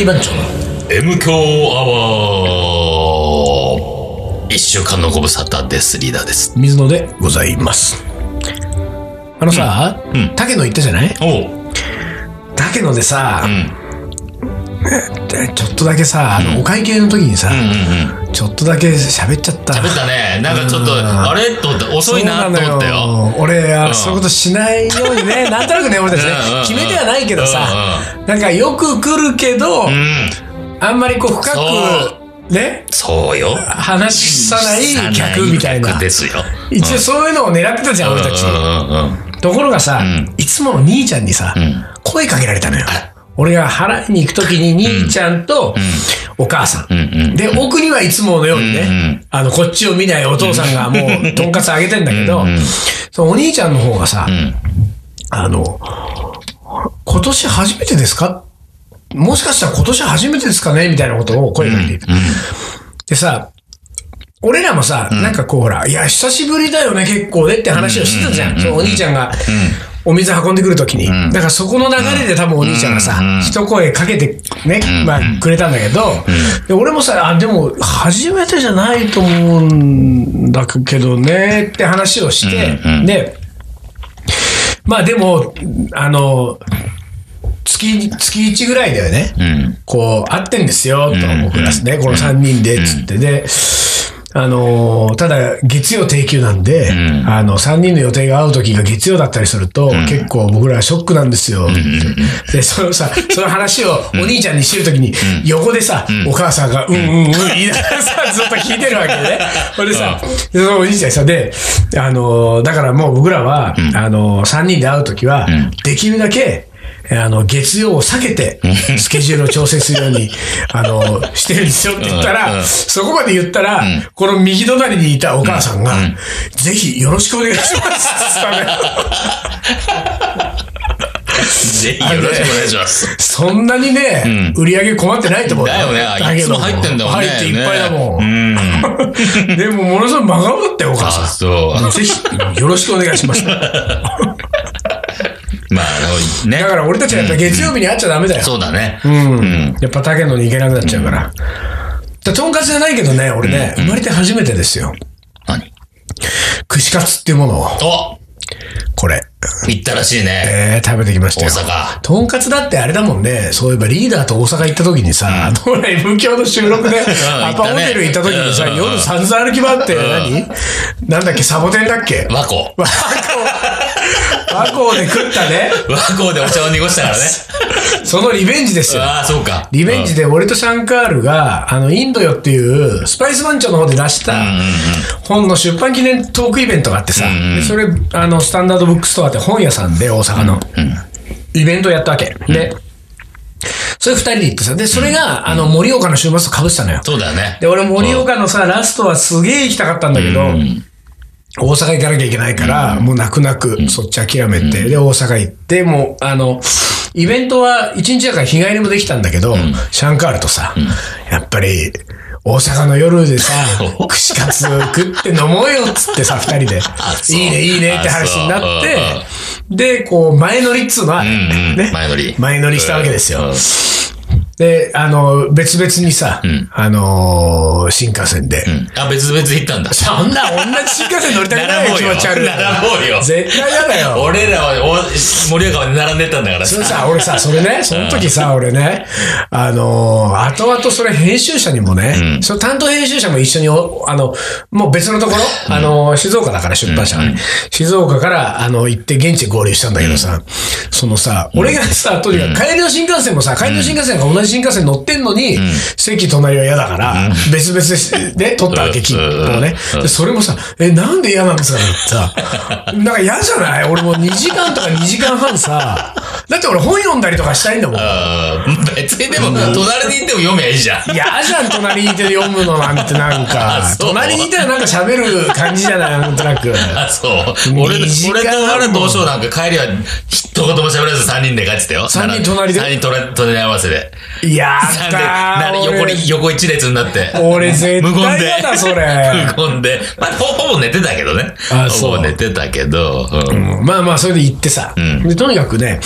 番長の M 強アワー。一週間のご無沙汰です。リーダーです。 水野でございます。さ、竹野行ったじゃない？ おう。 竹野でさ、ちょっとだけさ、お会計の時にさ、ちょっとだけ喋っちゃった。 喋ったね。なんかちょっと、あれと思って、遅いなと思ったよ。 俺、そういうことしないようにね、なんとなくね、俺たちね、決めてはないけどさ、なんかよく来るけど、あんまりこう深く、ね、 そうよ。 話さない客みたいな。 ですよ。 一応そういうのを狙ってたじゃん、俺たち。ところがさ、いつもの兄ちゃんにさ、声かけられたのよ。俺が払いに行くときに兄ちゃんとお母さん。で、奥にはいつものようにね、こっちを見ないお父さんがもうとんかつあげてんだけど、そのお兄ちゃんの方がさ、今年初めてですか？もしかしたら今年初めてですかねみたいなことを声かけていた。でさ、俺らもさ、なんかこうほら、いや、久しぶりだよね、結構ねって話をしてたじゃん。そのお兄ちゃんが、お水運んでくるときに。だからそこの流れで多分お兄ちゃんがさ、一声かけてね、くれたんだけど、で俺もさ、でも、初めてじゃないと思うんだけどね、って話をして、で、まあでも、月1ぐらいだよね。こう、会ってんですよ、と、僕らね、この3人で、つって。で、ただ、月曜定休なんで、3人の予定が合う時が月曜だったりすると、結構僕らはショックなんですよ。で、その話をお兄ちゃんにしてる時に、横でさ、お母さんが、言いながらさ、ずっと聞いてるわけね。それでさ、そのお兄ちゃんさ、で、だからもう僕らは、3人で会う時は、できるだけ、月曜を避けて、スケジュールを調整するように、してるんですよって言ったら、そこまで言ったら、この右隣にいたお母さんが、ぜひよろしくお願いしますって言ったね。 ぜひよろしくお願いします。 そんなにね、売り上げ困ってないと思う。 だよね。いつも入ってんだもんね。 入っていっぱいだもん。でも、ものすごい真顔だったよ、お母さん。 そう。 ぜひ、よろしくお願いします。 まあね。 だから俺たちはやっぱ月曜日に会っちゃダメだよ。 そうだね。 やっぱ竹野に行けなくなっちゃうから。とんかつじゃないけどね、俺ね、生まれて初めてですよ。 何？ 串カツっていうものを。これ。 行ったらしいね。 食べてきましたよ。 大阪。 とんかつだってあれだもんね。そういえばリーダーと大阪行った時にさ、M響の収録で、アパホテル行った時にさ、夜散々歩き回って、なんだっけ、サボテンだっけ？ 和光。 和光で食ったね。 和光でお茶を濁したからね。 そのリベンジですよ。 ああ、そうか。 リベンジで俺とシャンカールが、インドよっていう、スパイス番長の方で出した本の出版記念トークイベントがあってさ、でそれ、スタンダードブックストアって本屋さんで大阪のイベントをやったわけ。で、それ二人で行ってさ、で、それが、盛岡の週末と被ったのよ。 そうだよね。 で、俺盛岡のさ、ラストはすげえ行きたかったんだけど、大阪行かなきゃいけないから、もう泣く泣く、そっち諦めて、で、大阪行って、もう、イベントは一日だから日帰りもできたんだけど、シャンカールとさ、やっぱり、大阪の夜でさ、串カツ食って飲もうよっつってさ、二人で、いいねいいねって話になって、で、こう、前乗りっつうのは、ね、前乗りしたわけですよ。で、別々にさ、新幹線で。 別々行ったんだ。 そんな、同じ新幹線乗りたくないよ、気持ち悪い。 並ぼうよ。 絶対嫌だよ。 俺らは、盛岡まで並んでたんだからさ。俺さ、それね、その時さ、俺ね、後々それ編集者にもね、その担当編集者も一緒に、もう別のところ、静岡だから出版社がね、静岡から、行って現地で合流したんだけどさ、そのさ、俺がさ、とにかく帰りの新幹線もさ、帰りの新幹線が同じ新幹線乗ってんのに、席隣は嫌だから、別々で取ったわけ、切符をね。で、それもさ、なんで嫌なんですかってさ、なんか嫌じゃない？俺もう2時間とか2時間半さ、だって俺本読んだりとかしたいんだもん。 別にでも、隣に行っても読めばいいじゃん。 嫌じゃん、隣にいて読むのなんてなんか。隣にいたらなんか喋る感じじゃない、なんとなく。 そう。俺と原同翔なんか帰りは一言も喋らず3人で帰ってたよ。 3人隣で ?3 人隣り合わせで。 いやー、 横一列になって。 俺絶対嫌だ、それ。 無言で。まあ、ほぼ寝てたけどね。ほぼ寝てたけど。 まあまあ、それで行ってさ。で、とにかくね、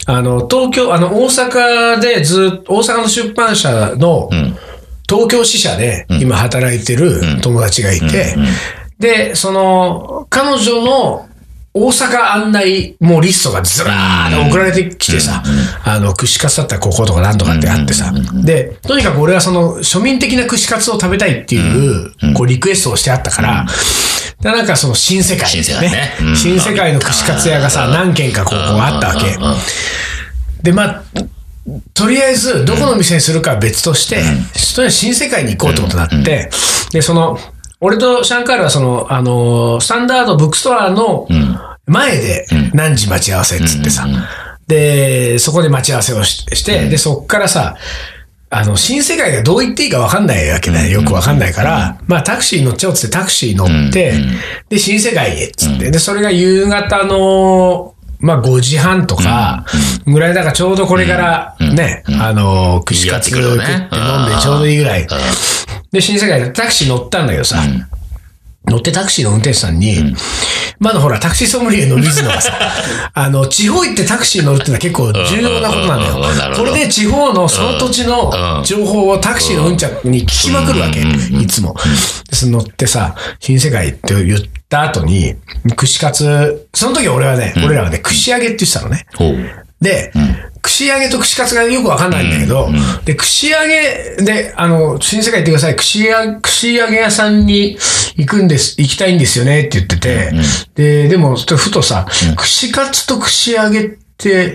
東京、大阪で大阪の出版社の東京支社で今働いてる友達がいて、で、彼女の大阪案内もうリストがずらーっと送られてきてさ、串カツだったらこことかなんとかってあってさ、で、とにかく俺は庶民的な串カツを食べたいっていう、リクエストをしてあったから、なんか新世界ね。新世界の串カツ屋がさ、何軒かこうあったわけ。で、とりあえず、どこの店にするかは別として、とりあえず新世界に行こうってことになって、で、俺とシャンカールはスタンダードブックストアの前で何時待ち合わせっつってさ、で、そこで待ち合わせをして、で、そっからさ、新世界がどう言っていいか分かんないわけだよ。よく分かんないから、タクシー乗っちゃおうっつってタクシー乗って、で、新世界へっつって、で、それが夕方の、5時半とか、ぐらいだからちょうどこれからね、串カツ食って飲んでちょうどいいぐらい。で、新世界でタクシー乗ったんだけどさ、乗ってタクシーの運転手さんに、まだほら、タクシーソムリエの水野がさ、地方行ってタクシー乗るってのは結構重要なことなんだよ。これで地方のその土地の情報をタクシーのうんちゃんに聞きまくるわけ、いつも。乗ってさ、新世界って言った後に、串カツ、その時俺らはね、串揚げって言ってたのね。で、串揚げと串カツがよくわかんないんだけど、で、串揚げで、新世界行ってください。串揚げ屋さんに行きたいんですよねって言ってて、でも、ふとさ、串カツと串揚げって、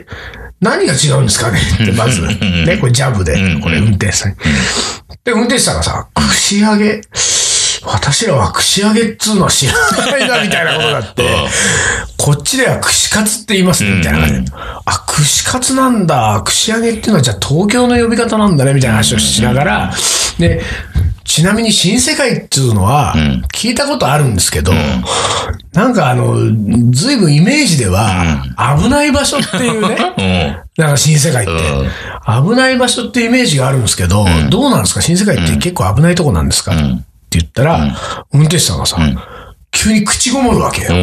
何が違うんですかねって、まず。ね、これジャブで、これ運転手さんに。で、運転手さんがさ、串揚げ、私らは串揚げっつうのは知らないな、みたいなことがあって、こっちでは串カツって言いますね、みたいな感じで。串カツなんだ。串揚げっていうのはじゃあ東京の呼び方なんだね、みたいな話をしながら、で、ちなみに新世界っていうのは、聞いたことあるんですけど、なんかずいぶんイメージでは、危ない場所っていうね、なんか新世界って、危ない場所ってイメージがあるんですけど、どうなんですか新世界って結構危ないとこなんですかって言ったら、運転手さんがさ、急に口ごもるわけよ。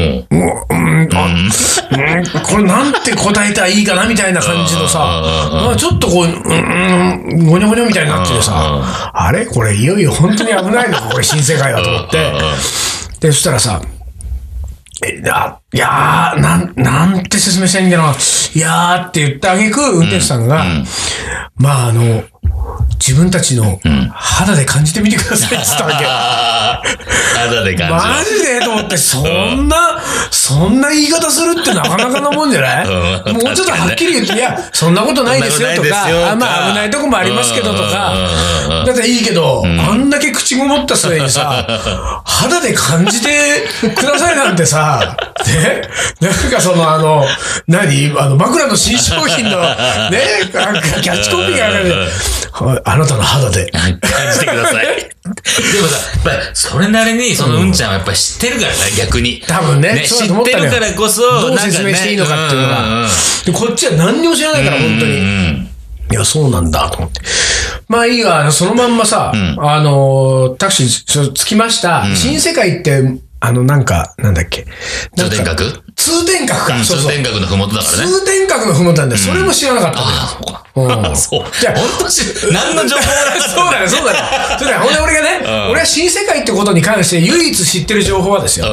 これなんて答えたらいいかなみたいな感じのさ、ちょっとこう、ごにょごにょみたいになっててさ、あれこれいよいよ本当に危ないのかこれ新世界だと思って。で、そしたらさ、いやー、なんて説明したらいいんだろうな。いやーって言ってあげく、運転手さんが、自分たちの肌で感じてみてくださいって言ったわけ。 肌で感じマジでと思って、そんな言い方するってなかなかなもんじゃない？もうちょっとはっきり言って、いや、そんなことないですよとか、危ないとこもありますけどとか、だっていいけど、あんだけ口ごもった末にさ、肌で感じてくださいなんてさ、ね、なんか枕の新商品のね、キャッチコピーがある。あなたの肌で感じてください。でもさ、やっぱりそれなりにうんちゃんはやっぱり知ってるからね、逆に。 多分ね、 知ってるからこそ、 どう説明していいのかっていうのが。で、こっちは何にも知らないから、本当に。いや、そうなんだ、と思って。いいが、そのまんまさ、タクシー着きました。新世界って、なんだっけ。 通天閣通天閣か。 通天閣のふもとだからね。 通天閣のふもとなんだよ。それも知らなかったんだよ。 そう。じゃあ、本当何の情報そうだよ。ほんで俺がね、俺は新世界ってことに関して唯一知ってる情報はですよ。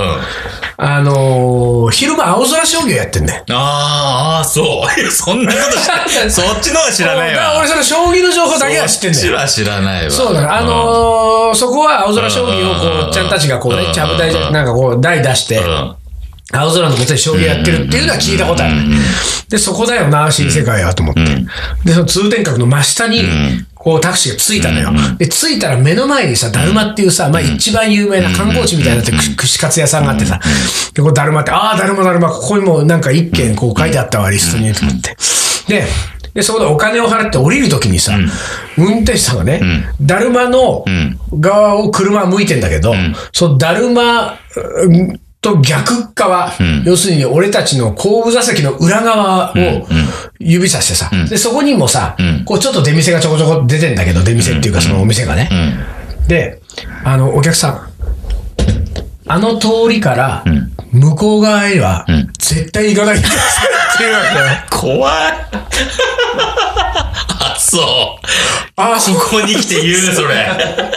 昼間青空商業やってんだよ。 そう。そんなこと知らない。そっちのは知らないわ。 俺将棋の情報だけは知ってんだよ。 そっちは知らないわ。 そうだ。そこは青空将棋をおっちゃんたちがこうね、ちゃぶ台じゃ、なんかこう台出して、青空のことで将棋やってるっていうのは聞いたことある。で、そこだよな、新世界はと思って。で、その通天閣の真下に、こうタクシーが着いたのよ。で、着いたら目の前にさ、だるまっていうさ、一番有名な観光地みたいになって串カツ屋さんがあってさ、で、こうだるまって、だるま、ここにもなんか一軒こう書いてあったわ、リストにと思って。で、そこでお金を払って降りるときにさ、運転手さんがね、だるまの側を車向いてんだけど、そのだるまと逆側、要するに俺たちの後部座席の裏側を指さしてさ、で、そこにもさ、こうちょっと出店がちょこちょこ出てんだけど、出店っていうかそのお店がね。で、お客さん、通りから向こう側へは絶対行かないでください。 っていうわけ。 怖い。あ、そう。 あ、 ここに来て言う、それ。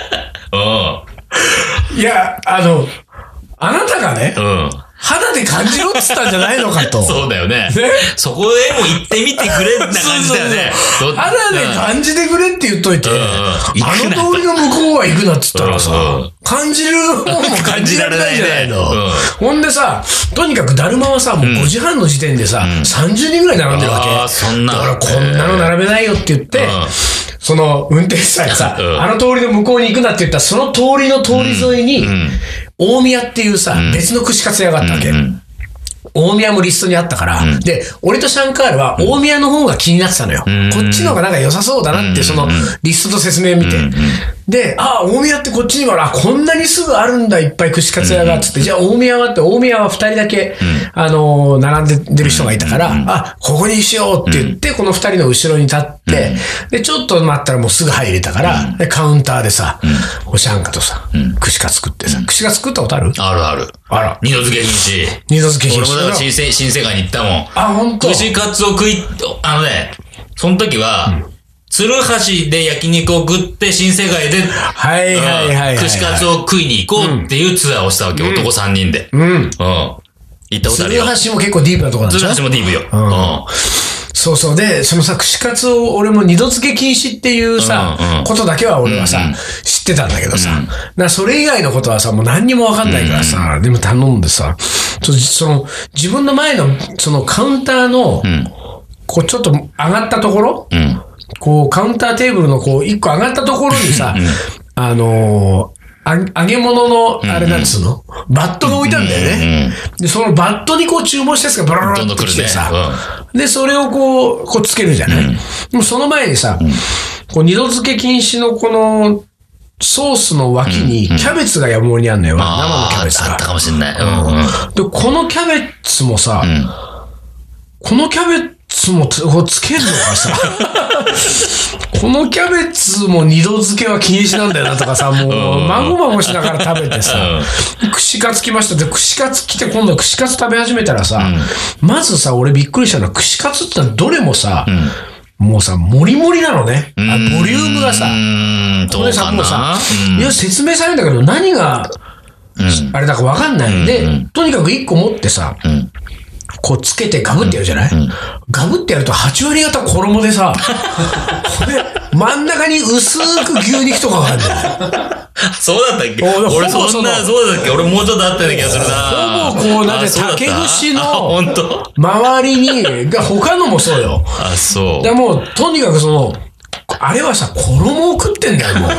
いや、あなたがね、肌で感じろって言ったんじゃないのかと。 そうだよね。そこへも行ってみてくれって感じだよね。 肌で感じてくれって言っといて、あの通りの向こうは行くなって言ったらさ、感じる方も感じられないじゃないの。ほんでさ、とにかくだるまはさ、もう5時半の時点でさ、30人ぐらい並んでるわけ。だからこんなの並べないよって言って、その運転手さんがさ、あの通りの向こうに行くなって言ったら、その通りの通り沿いに、大宮っていうさ、別の串カツ屋があったわけ。大宮もリストにあったから、で、俺とシャンカールは大宮の方が気になってたのよ。こっちの方がなんか良さそうだなって、そのリストと説明を見て。で、大宮ってこっちにもこんなにすぐあるんだ、いっぱい串カツ屋が、つって、じゃあ大宮は2人だけ、並んでる人がいたから、ここにしようって言って、この2人の後ろに立って、で、ちょっと待ったらもうすぐ入れたから、で、カウンターでさ、シャンカとさ、串カツ食ってさ、串カツ食ったことある？ あるある。 あら。 二度漬け禁止。 二度漬け禁止。 俺もだから新世界に行ったもん。 本当。 串カツをその時は、鶴橋で焼肉を食って新世界で、串カツを食いに行こうっていうツアーをしたわけ、男3人で。行ったことあるよ。 鶴橋も結構ディープなとこなんでしょ？ 鶴橋もディープよ。 そうそう。で、そのさ、串カツを俺も二度漬け禁止っていうさ、ことだけは俺はさ、知ってたんだけどさ、それ以外のことはさ、もう何にもわかんないからさ、でも頼んでさ、その、自分の前の、そのカウンターの、こうちょっと上がったところ、こうカウンターテーブルのこう一個上がったところにさ、揚げ物の、あれなんつうの、バットが置いたんだよね。で、そのバットにこう注文したやつがブラブラッと来てさ、で、それをこうつけるじゃない。でもその前にさ、こう二度漬け禁止のこの、ソースの脇にキャベツが山盛りにあるんだよ。生のキャベツが。 あったかもしれない。 で、このキャベツもさ、このキャベツもつけるのかさ、このキャベツも二度漬けは禁止なんだよなとかさ、もう、まごまごしながら食べてさ、串カツ来ましたって、串カツ来て今度串カツ食べ始めたらさ、まずさ、俺びっくりしたのは、串カツってどれもさ、もうさ、もりもりなのね。ボリュームがさ、これさ、もうさ、いや、説明されるんだけど、何が、あれだかわかんないんで、とにかく一個持ってさ、こうつけてガブってやるじゃない？ガブってやると8割方衣でさ、真ん中に薄く牛肉とかがあるんだよ。 そうだったっけ？俺そうだっけ？俺もうちょっとあったような気がするな。 ほぼこう、なんで竹串の周りに、他のもそうよ。 あ、そう。 でもう、とにかくその、あれはさ、衣を食ってんだよ、もう。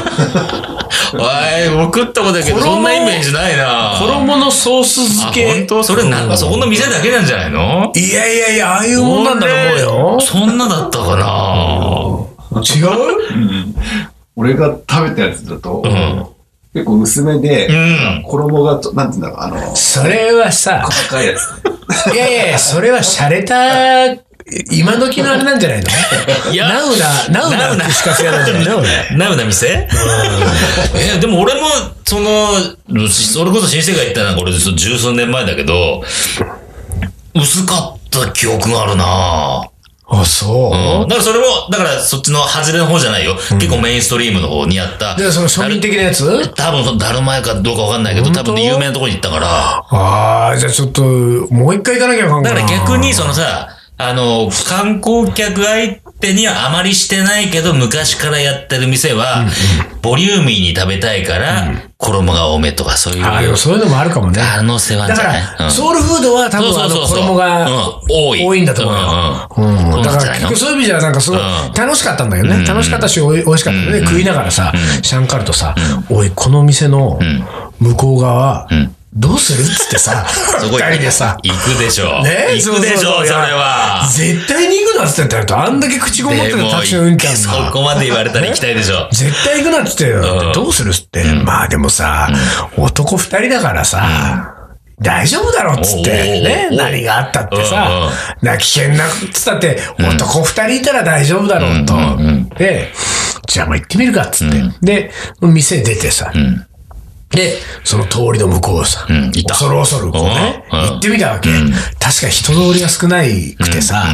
僕食ったことだけど、そんなイメージないな。 衣のソース漬け。 本当？それなんかそこの店だけなんじゃないの？ いや、ああいうもんなんだと思うよ。 そんなだったかな。 違う？ 俺が食べたやつだと、結構薄めで、衣が、なんていうんだろう、 それはさ、 細かいやつ。 いや、それは洒落た、今時のあれなんじゃないの？ いや、 ナウな串カツ屋なんじゃないの？ ナウな店？でも俺も、それこそ新世界行ったら、俺十数年前だけど、薄かった記憶があるな。 あ、そう？ だからそっちの外れの方じゃないよ。結構メインストリームの方にあった。 で、その庶民的なやつ？ 多分、だるま屋かどうかわかんないけど、多分有名なところに行ったから。 ああ、じゃあちょっと、もう一回行かなきゃわかんない。 だから逆にそのさ、観光客相手にはあまりしてないけど、昔からやってる店は、ボリューミーに食べたいから、衣が多めとかそういう。 でもそういうのもあるかもね。 可能性はあるんじゃない？ だから、ソウルフードは多分衣が多いんだと思うよ。だから結局そういう意味じゃなんかすごい楽しかったんだよね。楽しかったし、美味しかったよね。食いながらさ、シャンカルとさ、おい、この店の向こう側、どうするっつってさ、二人でさ。 行くでしょ。 ね？ 行くでしょ、それは。 絶対に行くなっつって言ったら、あんだけ口ごもってるタクシー運転が。 そこまで言われたら行きたいでしょ。 絶対行くなっつって、どうするっつって。まあでもさ、男二人だからさ、大丈夫だろっつって、ね、何があったってさ、危険なっつったって、男二人いたら大丈夫だろうと。で、じゃあもう行ってみるかっつって。で、店出てさ、 で、その通りの向こうをさ、恐る恐るこうね、行ってみたわけ。確かに人通りが少ないくてさ、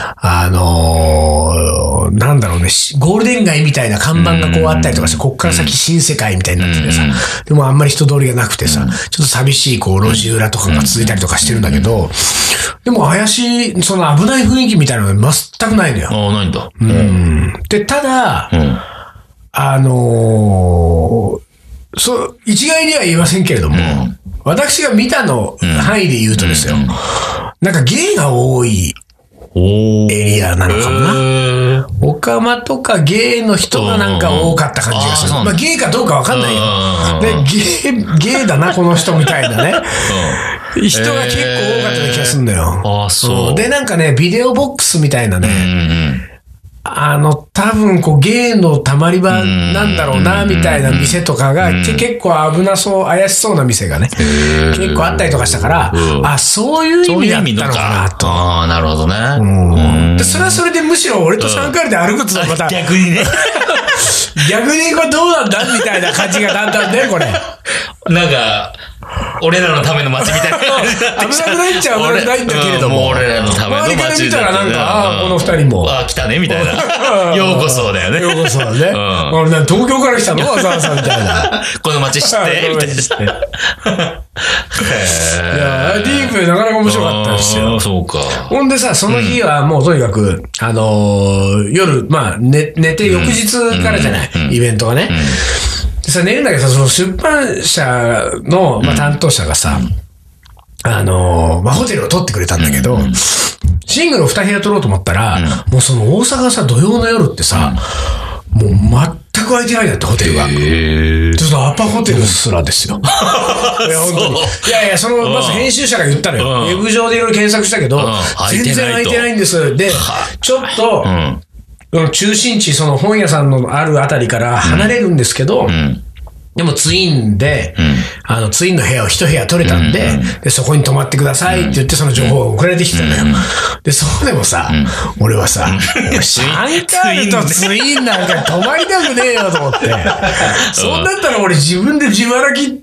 なんだろうね、ゴールデン街みたいな看板がこうあったりとかして、こっから先新世界みたいになっててさ、でもあんまり人通りがなくてさ、ちょっと寂しいこう路地裏とかが続いたりとかしてるんだけど、でも怪しい、その危ない雰囲気みたいなのが全くないのよ。 ないんだ。 で、ただ、一概には言いませんけれども、私が見たの範囲で言うとですよ、なんかゲイが多いエリアなのかもな。オカマとかゲイの人がなんか多かった感じがする。まあゲイかどうかわかんないよ。で、ゲイだな、この人みたいなね。人が結構多かったような気がするんだよ。で、なんかね、ビデオボックスみたいなね、多分こうゲイのたまり場なんだろうなみたいな店とかが結構危なそう怪しそうな店がね結構あったりとかしたからそういう意味だったのかなと。 なるほどね。 でそれはそれでむしろ俺とシャンカールで歩くとまた逆にね逆にこれどうなんだみたいな感じがだんだんねこれなんか俺らのための街みたいな感じになってきちゃう。 危なくなっちゃう危ないんだけれども。 もう俺らのための街みたいな。 周りから見たらなんか、この二人も。 来たねみたいな。ようこそだよね。 ようこそだね。東京から来たのわざわざみたいな。 この街知ってみたいな。 いや、ディープなかなか面白かったですよ。 そうか。 ほんでさ、その日はもうとにかく、夜、まあ、寝て翌日からじゃない、イベントがね。でさ、寝るんだけどさ、その出版社の、まあ、担当者がさ、まあ、ホテルを取ってくれたんだけど、シングルを2部屋取ろうと思ったら、もうその大阪さ、土曜の夜ってさ、もう全く空いてないんだって、ホテルが。ちょっとアパホテルすらですよ。いや、本当に。いやいや、まず編集者が言ったのよ。ウェブ上でいろいろ検索したけど、全然空いてないんです。で、ちょっと、中心地、その本屋さんのあるあたりから離れるんですけど、でもツインで、ツインの部屋を一部屋取れたんで、で、そこに泊まってくださいって言ってその情報を送られてきてたのよ。で、そうでもさ、俺はさ、シャンカールとツインなんか泊まりたくねえよと思って、そんだったら俺自分で自腹切って、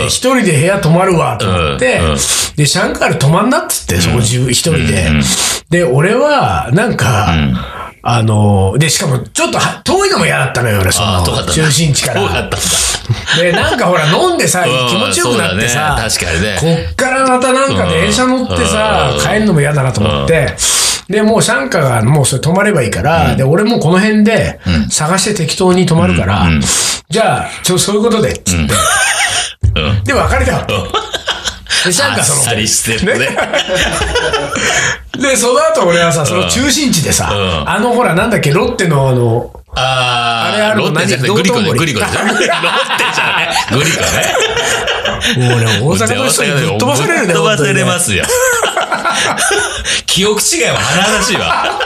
一人で部屋泊まるわと思って、で、シャンカール泊まんなっつって、そこ一人で。で、俺は、なんか、で、しかも、ちょっと遠いのも嫌だったのよ、俺、その、中心地から。で、なんかほら、飲んでさ、気持ちよくなってさ、 確かにね。 こっからまたなんか電車乗ってさ、帰るのも嫌だなと思って、で、もうシャンカがもうそれ泊まればいいから、で、俺もこの辺で探して適当に泊まるから、じゃあ、そういうことで、つって。で、別れたわ。で、シャンカその、で、その後俺はさ、その中心地でさ、ほら、なんだっけ、ロッテのあれあるの何？ グリコね。ロッテじゃないグリコね。 もうね、大阪の人にぶっ飛ばされるね。 ぶっ飛ばされますよ。記憶違いは甚だしいわ。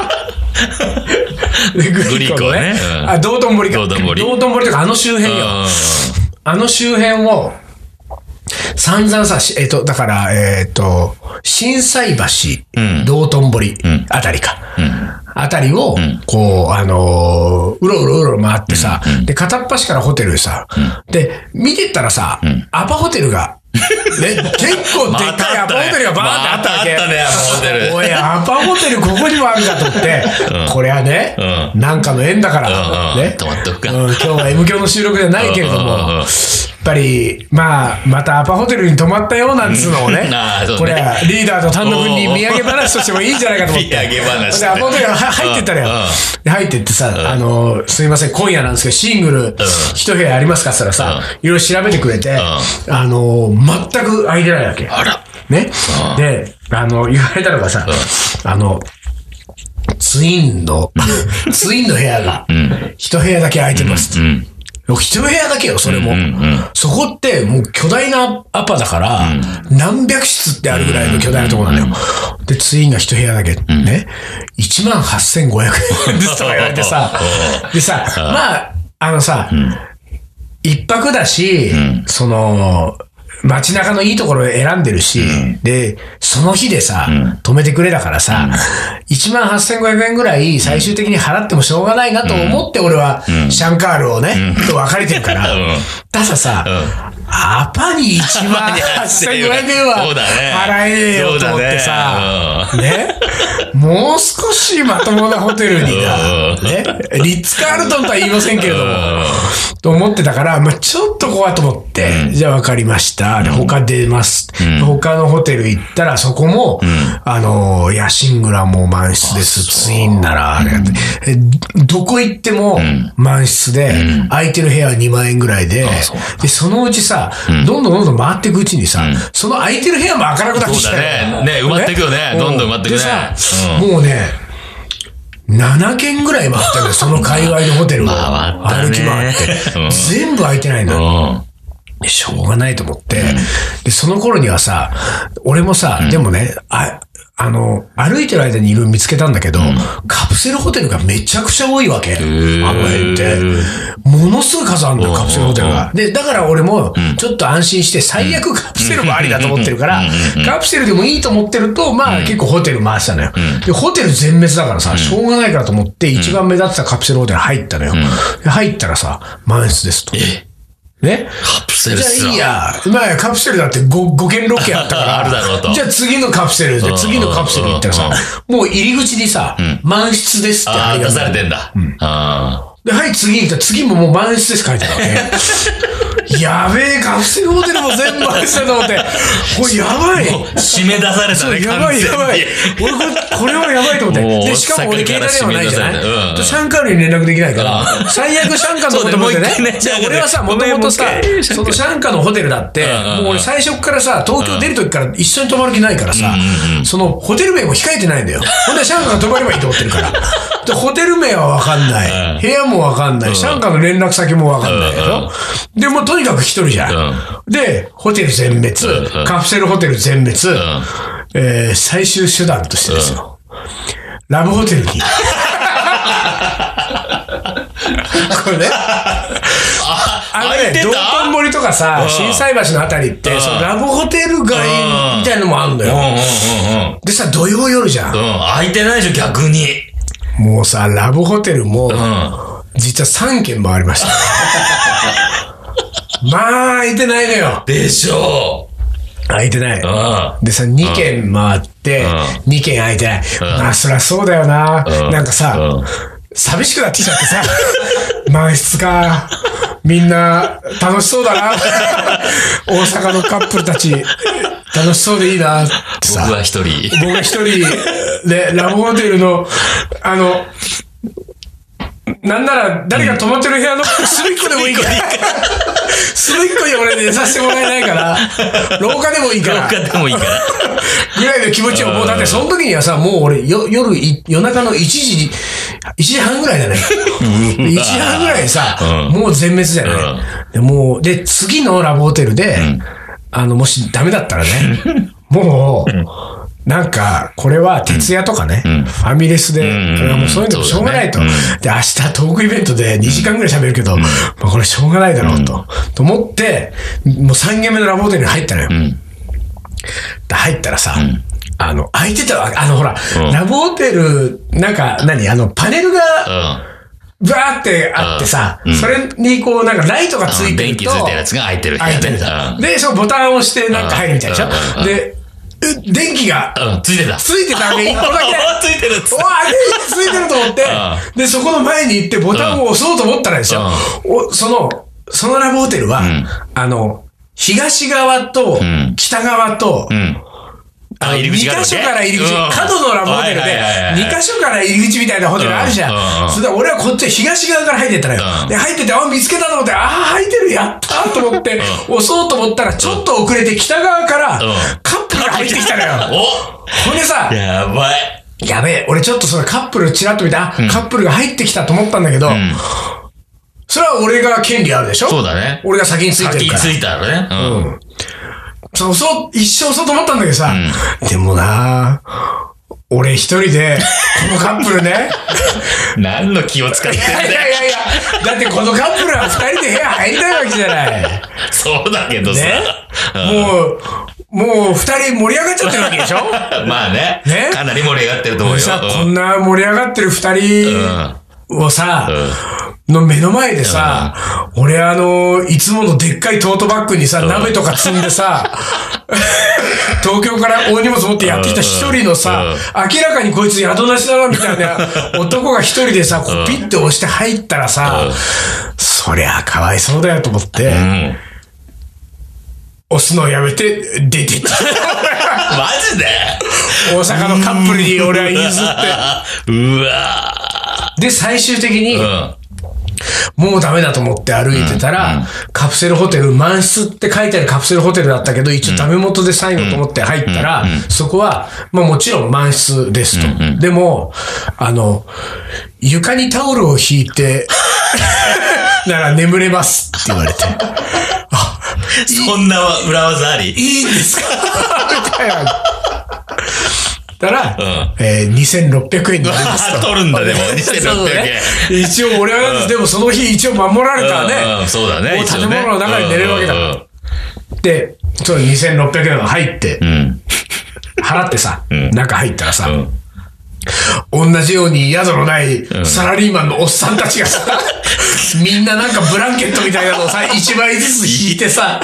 グリコね。道頓堀か。道頓堀とか、周辺よ。周辺を、散々さ、だから、心斎橋、道頓堀、あたりか。あたりを、こう、うろ回ってさ、で、片っ端からホテルさ、で、見てったらさ、アパホテルが、ね、結構でっかいアパホテルがバーンってあったわけ。 あったね、アパホテル。 おい、アパホテルここにもあるかと思って、これはね、なんかの縁だから、ね。 泊まっとくか。 今日は M 響の収録じゃないけれども、やっぱり、またアパホテルに泊まったよなんつうのをね、これはリーダーと単独に土産話としてもいいんじゃないかと思って。 土産話。 で、アパホテルが入ってったらよ。入ってってさ、すいません、今夜なんですけど、シングル一部屋ありますかって言ったらさ、いろいろ調べてくれて、全く空いてないわけ。 あら。 ね。で、言われたのがさ、ツインの部屋が、一部屋だけ空いてます。一部屋だけよ、それも。そこってもう巨大なアパだから、何百室ってあるぐらいの巨大なところなのよ。で、ツインが一部屋だけ、ね。18,500円ずつとか言われてさ、でさ、まあ、一泊だし、街中のいいところを選んでるし、で、その日でさ、止めてくれだからさ、18,500円ぐらい最終的に払ってもしょうがないなと思って俺はシャンカールをね、と別れてるから、たださ、 アパに1万8500円は払えねえよと思ってさ、ね。もう少しまともなホテルにね。リッツ・カールトンとは言いませんけれども、と思ってたから、まあちょっと怖いと思って、じゃあ分かりました。他出ます。他のホテル行ったら、そこも、いや、シングラも満室です。ツインなら、どこ行っても満室で、空いてる部屋は2万円ぐらいで、そのうちさ、どんどん回っていくうちにさ、その空いてる部屋も開かなくなってきたよ。 そうだね。埋まっていくよね。どんどん埋まっていくね。 でさ、もうね、7軒ぐらい回ったんだよ、その界隈のホテルを。歩き回って。全部空いてないの。しょうがないと思って。で、その頃にはさ、俺もさ、でもね、歩いてる間にいろいろ見つけたんだけど、カプセルホテルがめちゃくちゃ多いわけ。あの辺って。ものすごい数あるんだよ、カプセルホテルが。で、だから俺も、ちょっと安心して、最悪カプセルもありだと思ってるから、カプセルでもいいと思ってると、まあ結構ホテル回したのよ。で、ホテル全滅だからさ、しょうがないからと思って、一番目立ってたカプセルホテル入ったのよ。で、入ったらさ、満室ですと。ね、 カプセルじゃあいいや。まあカプセルだって 5件6件あったから。 あるだろうと。 じゃあ次のカプセルで、次のカプセル行ったらさ、もう入り口にさ、満室ですって出されてんだ。 で、はい、次行ったら次ももう満室です書いてあるわけ。やべえ、カプセルホテルも全部満室だと思って。これやばい。 締め出されたね、 やばいやばい。俺これはやばいと思って。で、しかも俺携帯電話ないじゃないシャンカールに連絡できないから、最悪シャンカーのこと思ってね。じゃあ俺はさ、もともとさ、そのシャンカーのホテルだって、もう俺最初からさ、東京出るときから一緒に泊まる気ないからさ、そのホテル名も控えてないんだよ。ほんでシャンカーが泊まればいいと思ってるから。で、ホテル名はわかんない。部屋もわかんない。シャンカーの連絡先もわかんないよ。で、もうとにかく一人じゃん。で、ホテル全滅、カプセルホテル全滅、最終手段としてですよ。ラブホテルに。これね。道頓堀とかさ、心斎橋のあたりって、そのラブホテル街みたいなのもあるんだよ。でさ、土曜夜じゃん。 空いてないでしょ、逆に。 もうさ、ラブホテルも、実は3軒回りました。まあ、空いてないのよ。 でしょう。空いてない。でさ、2軒回って、2軒空いてない。まあ、そりゃそうだよな。なんかさ、寂しくなってきちゃってさ、満室か。みんな、楽しそうだな。大阪のカップルたち、楽しそうでいいなってさ。 僕は一人。 で、ラブホテルの、なんなら誰か泊まってる部屋の隅っこでもいいから。隅っこに俺寝させてもらえないから、廊下でもいいから。 廊下でもいいから。 ぐらいの気持ちを、もうだってその時にはさ、もう俺夜中の1時半ぐらいだね。1時半ぐらいでさ、もう全滅じゃない。で、次のラブホテルで、もしダメだったらね、もう、なんか、これは徹夜とかね、ファミレスで、もうそういうのもしょうがないと。で、明日トークイベントで2時間ぐらい喋るけど、これしょうがないだろうと思って、もう3軒目のラブホテルに入ったのよ。入ったらさ、空いてたわ。ほら、ラブホテル、なんか、パネルが、ブワーってあってさ、それにこうなんかライトがついてると、 電気ついてるやつが開いてる。 開いてる。で、そのボタンを押してなんか入るみたいでしょ。で、電気がついてた。 ついてたわけ、一個だけ。 ついてるっつって。 ついてると思って、で、そこの前に行ってボタンを押そうと思ったらですよ。そのラブホテルは、東側と北側と、2箇所から入り口、角のラブホテルで、2箇所から入り口みたいなホテルあるじゃん。それで俺はこっち東側から入ってったのよ。で、入ってて、見つけたと思って、入ってる、やったーと思って、押そうと思ったら、ちょっと遅れて北側からカップルが入ってきたのよ。ほんでさ、 やばい。 やべえ、俺ちょっとそのカップルチラッと見て、カップルが入ってきたと思ったんだけど、それは俺が権利あるでしょ？ そうだね。 俺が先についてるから。 先についたらね。 一生そうと思ったんだけどさ、でもな俺一人で、このカップルね。 何の気を使ってんだよ。 いや。だってこのカップルは二人で部屋入りたいわけじゃない。 そうだけどさ。 もう二人盛り上がっちゃってるわけでしょ。 まあね。かなり盛り上がってると思うよ。 さ、こんな盛り上がってる二人をさ、 の目の前でさ、俺いつものでっかいトートバッグにさ、鍋とか積んでさ、東京から大荷物持ってやってきた一人のさ、明らかにこいつ宿なしだなみたいな男が一人でさ、こうピッて押して入ったらさ、そりゃかわいそうだよと思って、押すのをやめて出てった。 マジで大阪のカップルに俺は譲って。 うわで、最終的に、もうダメだと思って歩いてたら、カプセルホテル、満室って書いてあるカプセルホテルだったけど、一応ダメ元で最後と思って入ったら、そこは、まあもちろん満室ですと。でも、床にタオルを引いて、なら眠れますって言われて。 そんな裏技あり？ いいんですかみたいな。たら、2600円になりますと。 取るんだ、でも、2600 円。一応俺は、でもその日一応守られたらね。 そうだね。 もう建物の中に寝れるわけだから。で、その2600円が入って、払ってさ、中入ったらさ、同じように宿のないサラリーマンのおっさんたちがさ、みんななんかブランケットみたいなのをさ、1枚ずつ引いてさ、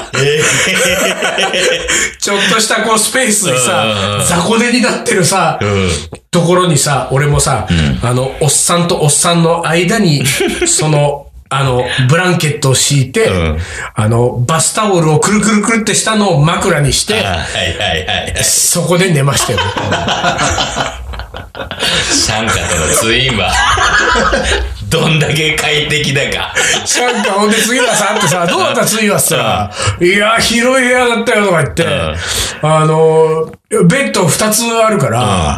ちょっとしたこうスペースにさ、雑魚寝になってるさ、ところにさ、俺もさ、おっさんとおっさんの間に、その、ブランケットを敷いて、バスタオルをくるくるくるってしたのを枕にして、そこで寝ましたよ。 シャンカとのツインはどんだけ快適だか。 シャンカほんで次はさってさ、どうだったツインはさ、いや広い部屋だったよとか言って、ベッド2つあるから、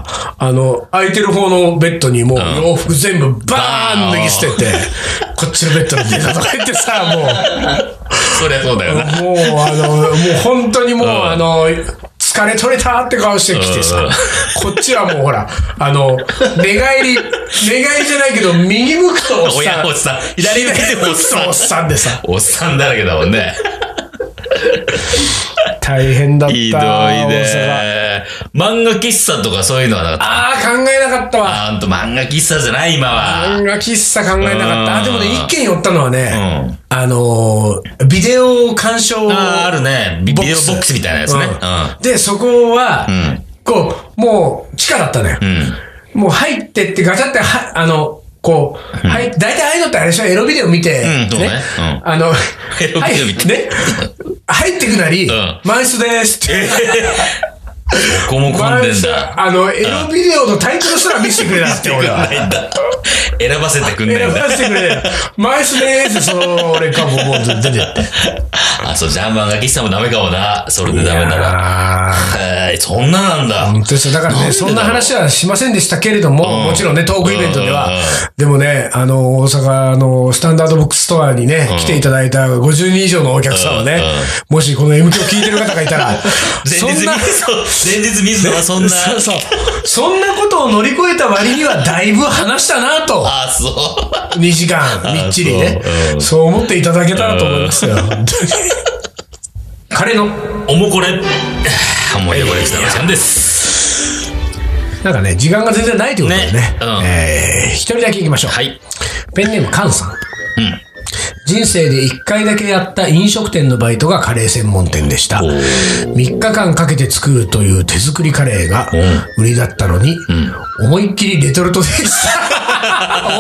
空いてる方のベッドにもう洋服全部バーン脱ぎ捨てて、こっちのベッドに寝たとか言ってさ、もう。 そりゃそうだよな。 もう本当にもう疲れ取れたって顔してきてさ、こっちはもうほら、寝返りじゃないけど、右向くとおっさん。 左向いてもおっさんでさ。 おっさんだらけだもんね。 大変だった。 ひどいね。漫画喫茶とかそういうのはなかった？ 考えなかったわ。 漫画喫茶じゃない今は。 漫画喫茶考えなかった。でもね、一軒寄ったのはね、ビデオ鑑賞。 あるね。ビデオボックスみたいなやつね。 で、そこは、こう、もう地下だったのよ。もう入ってってガチャってこう、大体ああいうのってあれでしょ、エロビデオ見て、ね。 エロビデオ見て。 ね。入ってくなり、満室ですって。 ここも混んでんだ。 エロビデオのタイトルすら見せてくれなくて、俺は。 選ばせてくんないんだ。 選ばせてくれない。満室でーす、俺かももう出てって。 そう、じゃあ漫画喫茶もダメかもな。それでダメなら。そんななんだ。 本当ですよ。だからね、そんな話はしませんでしたけれども、もちろんね、トークイベントでは。でもね、大阪のスタンダードブックストアにね、来ていただいた50人以上のお客さんはね、もしこの M 響聞いてる方がいたら、 前日水野はそんな。 そんなことを乗り越えた割にはだいぶ話したなと。 そう。 2時間みっちりね。そう思っていただけたらと思いますよ。彼のおもこれ。思い出コレクターのちゃんです。 なんかね、時間が全然ないということでね。一人だけ行きましょう。 はい。 ペンネームカンさん。人生で1回だけやった飲食店のバイトがカレー専門店でした。3日間かけて作るという手作りカレーが売りだったのに、思いっきりレトルトでした。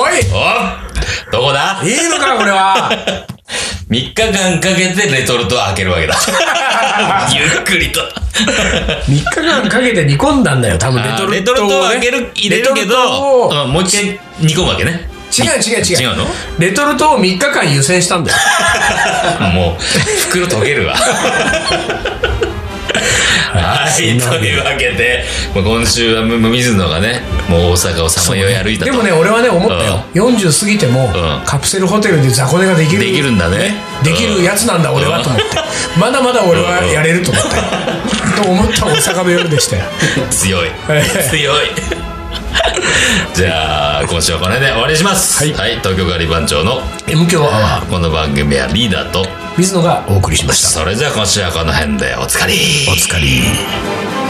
おいどこだ？ いいのかこれは。 3日間かけてレトルトを開けるわけだ。ゆっくりと。 3日間かけて煮込んだんだよ、多分レトルトを入れるけど、もう一回煮込むわけね。 違うの？レトルトを3日間湯煎したんだよ。 もう、袋溶けるわ。はい、というわけで、今週は水野がね、もう大阪をさまよい歩いたと。 でもね、俺はね、思ったよ。40過ぎても、カプセルホテルで雑魚寝ができるんだね。 できるやつなんだ、俺はと思って。まだまだ俺はやれると思ったよ。と思った大阪の夜でしたよ。 強い。じゃあ今週はこの辺で終わりにします。はい、東京ガリ番長の M 強アワー。この番組はリーダーと水野がお送りしました。 それじゃあ今週はこの辺でおつかり。